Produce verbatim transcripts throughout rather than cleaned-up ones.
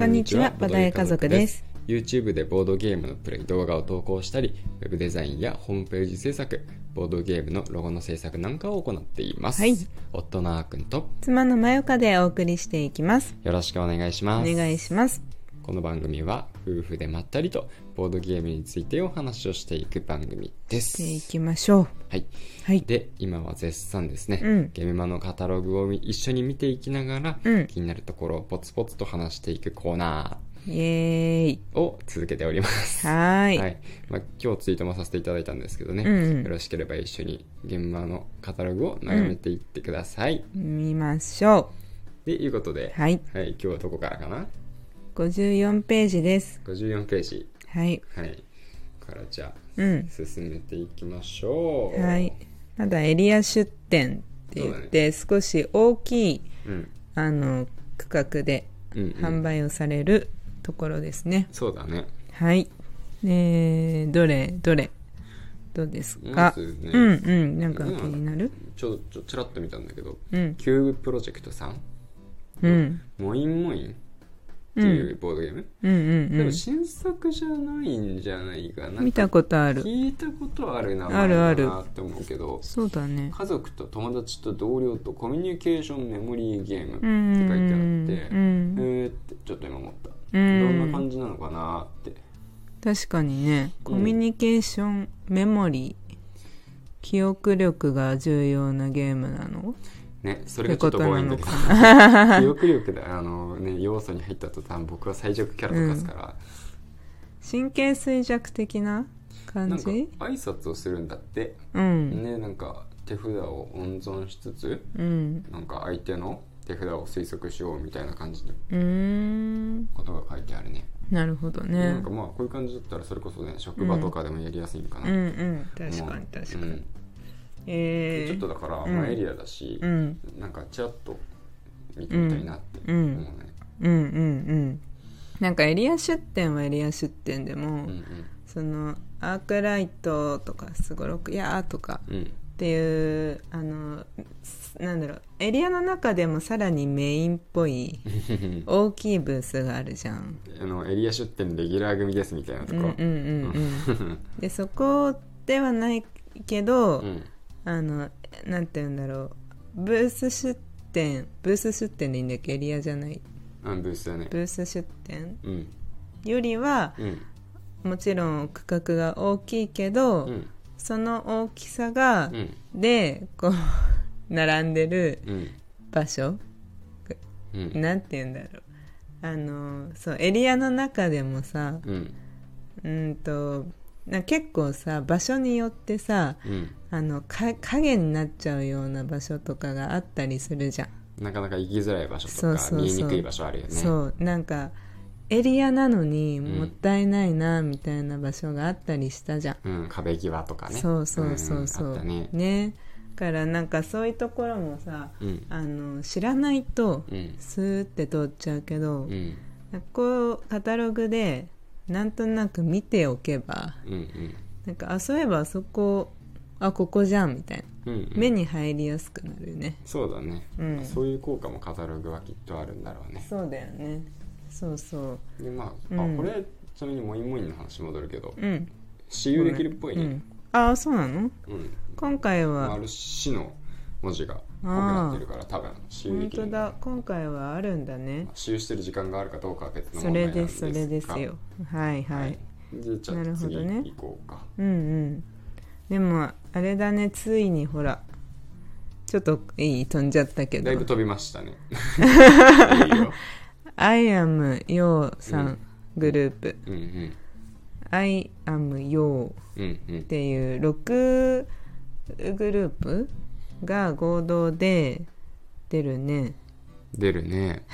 こんにちは、ボドゲ家族です。 YouTube でボードゲームのプレイ動画を投稿したり、ウェブデザインやホームページ制作、ボードゲームのロゴの制作なんかを行っています、はい、夫のあーくんと妻のまよかでお送りしていきます。 よろしくお願いします。 お願いします。 この番組は夫婦でまったりとボードゲームについてお話をしていく番組です。 していきましょう。 はい、 はい、 で今は絶賛ですね、うん、ゲームマのカタログを一緒に見ていきながら、うん、気になるところをポツポツと話していくコーナーイエーイを続けております。 はい、 はい、まあ、今日ツイートもさせていただいたんですけどね、うんうん、よろしければ一緒にゲームマのカタログを眺めていってください、 うん、見ましょう。ということで、 はいはい、今日はどこからかな。 ごじゅうよんページです。 ごじゅうよんページ、 はい、 はい、からじゃあ、 うん、 進めていきましょう。 はい、まだエリア出店って言って、ね、少し大きい、うん、あの区画で販売をされるところですね、うんうん、 そうだね。 はい、えー、どれどれどうですか。 まずね、 うんうんなんか気になる。 ちょっとちらっと見たんだけど、 うん、 キューブプロジェクトさん、 うん、 モインモインっていうボードゲーム、 うんうんうんうん、 でも新作じゃないんじゃないかな。 見たことある。 聞いたことある名あるある前だなって思うけど、 そうだね。 家族と友達と同僚とコミュニケーションメモリーゲームって書いてあって、うん、えーってちょっと今思った。どんな感じなのかなって。 確かにね、コミュニケーションメモリー、うん、記憶力が重要なゲームなのね、それがちょっと怖いんだけど記憶力であの、ね、要素に入った途端僕は最弱キャラとかすから、うん、 神経衰弱的な感じ。 なんか挨拶をするんだって、 うんね、なんか手札を温存しつつ、 うん、 なんか相手の手札を推測しようみたいな感じでうーんことが書いてあるね。 なるほどね。 なんかまあこういう感じだったらそれこそね職場とかでもやりやすいんかな、 うんうんうん、確かに確かに、うんえー、 ちょっとだから、まあ、エリアだし、うん、なんかちらっと見てみたいなって思うね、 うん、うんうんうんなんかエリア出店はエリア出店でも、うんうん、そのアークライトとかスゴロクヤーとかっていう、うん、あのなんだろうエリアの中でもさらにメインっぽい大きいブースがあるじゃんあのエリア出店レギュラー組ですみたいなとこ、うんうんうんうん、でそこではないけど、うんあのなんて言うんだろうブース出店ブース出店でいいんだっけエリアじゃないあブースだねブース出店、 うん、 よりは、うん、もちろん区画が大きいけど、うん、その大きさが、うん、でこう並んでる場所、うん、なんて言うんだろうあのそうエリアの中でもさ、うん、うんとな結構さ場所によってさ、うん、あのか影になっちゃうような場所とかがあったりするじゃん。 なかなか行きづらい場所とかそうそうそう見えにくい場所あるよね。 そうなんかエリアなのにもったいないなみたいな場所があったりしたじゃん、 うん、壁際とかね。 そうそうそうそう、 うんうん、あったね。 ねだからなんかそういうところもさ、うん、あの知らないとスーって通っちゃうけど、うん、こうカタログでなんとなく見ておけば、うんうん、なんかあそういえばあそこあここじゃんみたいな、うんうん、目に入りやすくなるよね。 そうだね、うん、そういう効果もカタログはきっとあるんだろうね。 そうだよね。そうそうで、まあうん、あこれちなみにモインモインの話戻るけど、うん、私有できるっぽいね、うん、 あそうなの、うん、今回は丸死の文字が濃くなってるから多分私有できる。 本当だ今回はあるんだね。 私有してる時間があるかどうかは別の問題なんですがそれですそれですよはいはい、はい、 じゃあ次行こうか、ね、 うんうんでもあれだねついにほらちょっといい飛んじゃったけどだいぶ飛びましたねいいよ I am Yo さん、うん、グループ、 うんうん、 I am Yo っていうろくグループが合同で出るね出るね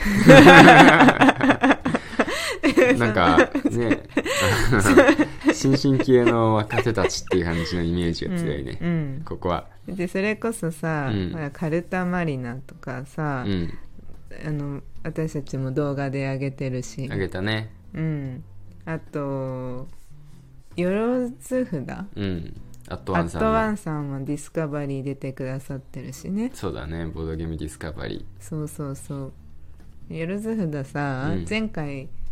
なんかね新進気鋭の若手たちっていう感じのイメージが強いね、うんうん、ここはでそれこそさ、うん、ほらカルタマリナとかさ、うん、あの私たちも動画で上げてるし上げたね、 うん、あとよろず札、 うん、アットワンさんアットワンさんはディスカバリー出てくださってるしね。 そうだねボードゲームディスカバリーそうそうそうよろず札さ、うん、前回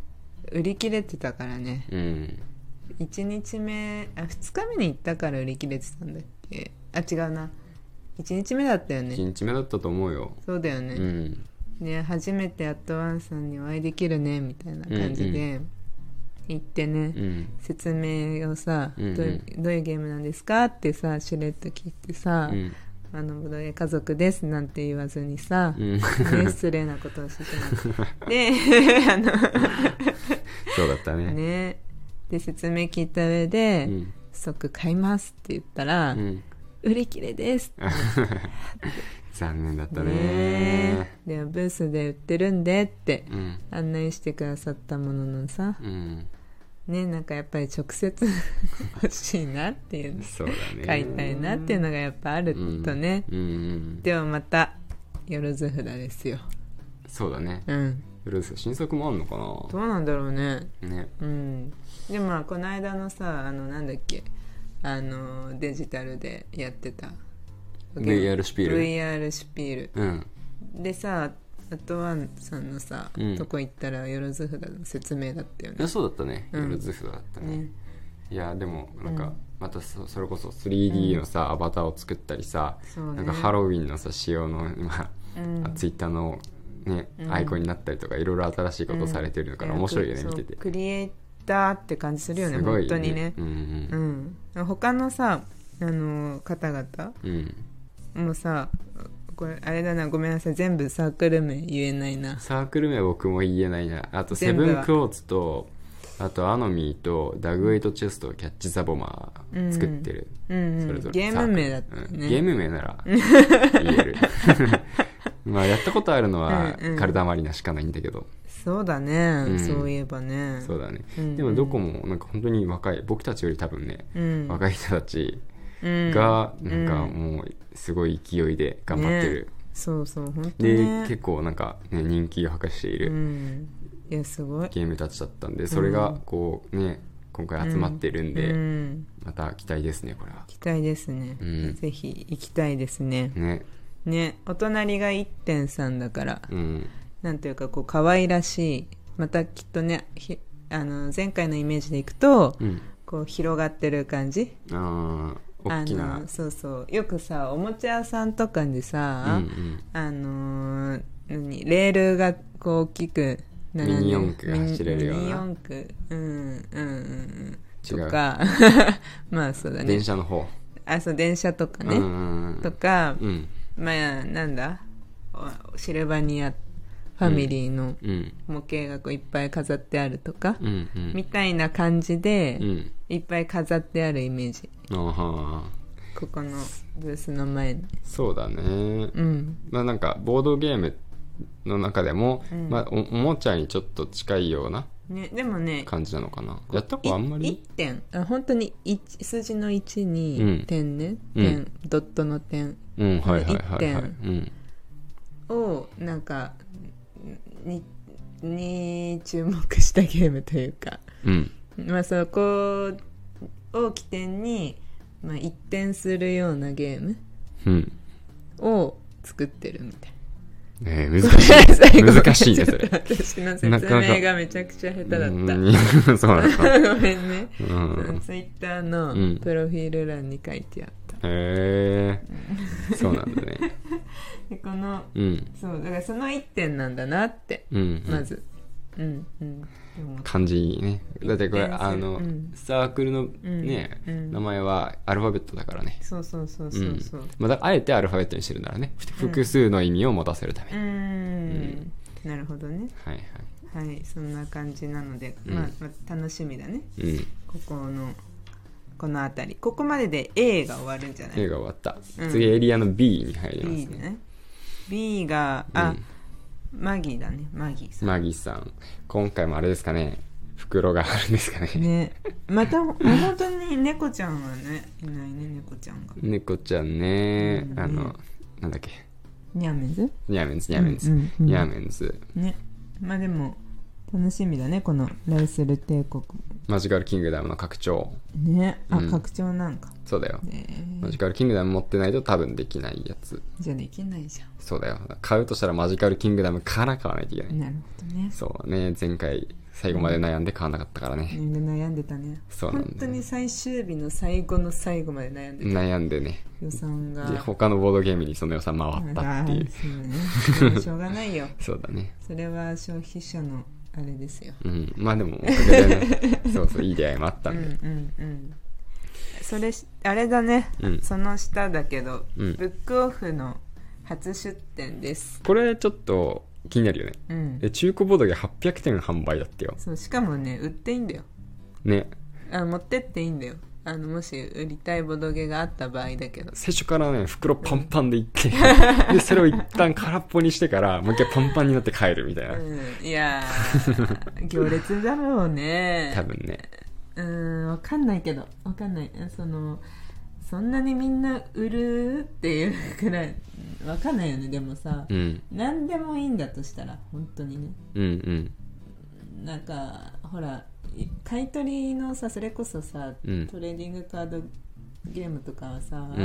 売り切れてたからね。 うんいちにちめあふつかめに行ったから売り切れてたんだっけ。あ違うな、いちにちめだったよね。 いちにちめだったと思うよ。 そうだよね、 うんで初めてアットワンさんにお会いできるねみたいな感じで行ってね、 うん、 説明をさ、 うんうん、 どう、どういうゲームなんですかってさしれっと聞いてさ、うん、あのボドゲ家族ですなんて言わずにさ、うんね、失礼なことをしてしまってであのそうだったね。 ねで説明聞いた上で、うん、即買いますって言ったら、うん、売り切れですって残念だった ね, ねでブースで売ってるんでって案内してくださったもののさ、うん、ねなんかやっぱり直接欲しいなっていうそうだね買いたいなっていうのがやっぱあるとね、うんうんうん、でもまたよろず札ですよ。 そうだね、 うん新作もあんのかな。 どうなんだろうね。 ね、 うん、でもまあこの間のさあのなんだっけあのデジタルでやってたブイアール シピールブイアール シピール、 うん、 でさアトワンさんのさ、うん、とこ行ったらよろず札の説明だったよね。 いやそうだったね、よろず札だったね、ね。いやでもなんか、うん、また そ, それこそ スリーディー のさ、うん、アバターを作ったりさ、ね、なんかハロウィンのさ仕様の今、うん、ツイッターのね、うん、アイコンになったりとかいろいろ新しいことされてるから面白いよね、うん、見てて。 クリエイターって感じするよね、本当にね、うんうんうん、他のさあの方々、うん、もうさこれあれだな、ごめんなさい全部サークル名言えないな。 サークル名僕も言えないな。あとセブンクォーツとあとアノミーとダグエイトチェスト、キャッチザボマー作ってる、うんうん、それぞれゲーム名だったね、 うん、ゲーム名なら言えるまあやったことあるのはカルダマリナしかないんだけど、うんうん、 そうだね、うん、そういえばね。 そうだね、うんうん、でもどこもなんか本当に若い、僕たちより多分ね、うん、若い人たちがなんかもうすごい勢いで頑張ってる、ね、 そうそう本当に、ね、 で結構なんか、ね、人気を博している、うん、 いやすごいゲームたちだったんで、それがこうね今回集まってるんで、うん、また期待ですね。これは期待ですね、うん、ぜひ行きたいですね。 ねね、お隣が いってんさん だから、うん、なんていうかこう可愛らしい、またきっとねひあの前回のイメージでいくと、うん、こう広がってる感じ。 あ大きな、 あのそうそうよくさおもちゃ屋さんとかでさ、うんうん、あの何レールがこう大きくミニ四駆が走れるようなミニ四駆、うんうんうんとかまあそうだね、 電車の方、 あそう電車とかね、うんうん、とか、うん、まあなんだシルバニアファミリーの模型がこういっぱい飾ってあるとか、うんうん、みたいな感じで、うん、いっぱい飾ってあるイメージ、あはここのブースの前に。 そうだね、うん、まあなんかボードゲームの中でも、うんまあ、お, おもちゃにちょっと近いようなね、でもね感じなのかな。やったことあんまりいってんあ本当に数字のいちに、うん、点ね、点、うん、ドットの点、 うん、はいはいはい、はい、 いってんをなんかに, に注目したゲームというか、うんまあ、そこを起点に、まあ、一転するようなゲームを作ってるみたいな。 えー、難しい難しいねそれ。 私の説明がめちゃくちゃ下手だった。 そうなのごめんね、うん、ツイッターのプロフィール欄に書いてあった、うん、へえそうなんだねでこの、うん、そうだからその一点なんだなって、うん、まず、うんうん、 感じね。だってこれあの、うん、サークルのね、うん、名前はアルファベットだからね。 そうそうそうそうそう、 うんまあ、あえてアルファベットにしてるならね、複数の意味を持たせるために、 うんうんなるほどね。 はいはいはいそんな感じなので、まあまあ、楽しみだね、うん、ここのこのあたりここまでで A が終わるんじゃない？ A が終わった、うん、次エリアの B に入りますね。 B ね B があ、うんマギーだねマギーさんマギーさん今回もあれですかね、袋があるんですかね。 ねまた本当に猫ちゃんはねいないね。猫ちゃんが猫ちゃんね、うん、あのなんだっけニャーメンズニャーメンズニャーメンズ、うんうんうん、ニャーメンズねまあでも楽しみだねこのライスル帝国。 マジカルキングダムの拡張ね。あ、 うん、 拡張なんか。 そうだよ、マジカルキングダム持ってないと多分できないやつ。 じゃあできないじゃん。 そうだよ、買うとしたらマジカルキングダムから買わないといけない。 なるほどね。 そうね、前回最後まで悩んで買わなかったからね、 うん、悩んでたね。 そうなんだよ。 本当に最終日の最後の最後まで悩んでた。 悩んでね、 予算がで他のボードゲームにその予算回ったっていう。 そうね、しょうがないよそうだね、 それは消費者のあれですよ。 うん、まあでもおかげでねそうそういい出会いもあったんで、 うんうんうん、それあれだね、うん、その下だけど、うん、ブックオフの初出店です。 これちょっと気になるよね、うん、で中古ボードゲーはっぴゃくてん販売だってよ。 そう、しかもね売っていいんだよね。 あ、持ってっていいんだよ、あのもし売りたいボドゲがあった場合だけど。 最初からね袋パンパンでいってでそれを一旦空っぽにしてからもう一回パンパンになって帰るみたいな、うん、 いやー行列だろうね多分ね。 うん、わかんないけどわかんない、そのそんなにみんな売るっていうくらいわかんないよね。でもさ、うん、何でもいいんだとしたら本当にね、うんうん、なんかほら買い取りのさ、それこそさ、うん、トレーディングカードゲームとかはさ、うんうん、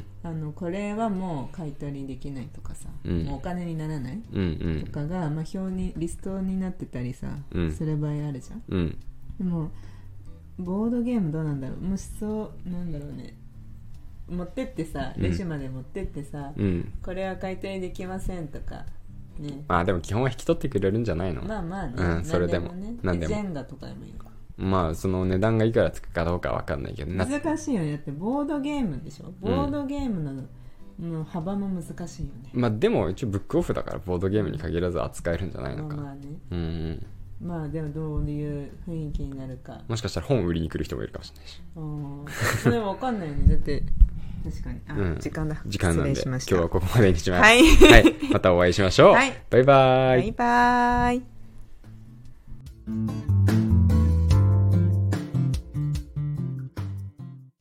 あのこれはもう買い取りできないとかさ、うん、もうお金にならない、うんうん、とかが、まあ、表にリストになってたりさ、うん、する場合あるじゃん、うん、でもボードゲームどうなんだろう、もしそうなんだろうね、持ってってさ、レジまで持ってってさ、うん、これは買い取りできませんとかね。 まあでも基本は引き取ってくれるんじゃないの。 まあまあね、うん、 それでも何でもね、ジェンガとかでもいいのか。 まあその値段がいくらつくかどうかは分かんないけど、 難しいよね。だってボードゲームでしょ、ボードゲームの、うん、の幅も難しいよね。 まあでも一応ブックオフだからボードゲームに限らず扱えるんじゃないのか。まあ、まあね、うん、うん、 まあでもどういう雰囲気になるか、 もしかしたら本売りに来る人もいるかもしれないし。 あでも分かんないよね。だって確かに、あ、うん、時間だ。 時間なんで失礼しました。 今日はここまでにします。 はい、 はい、またお会いしましょう。はい、バイバイ。 バイバイ。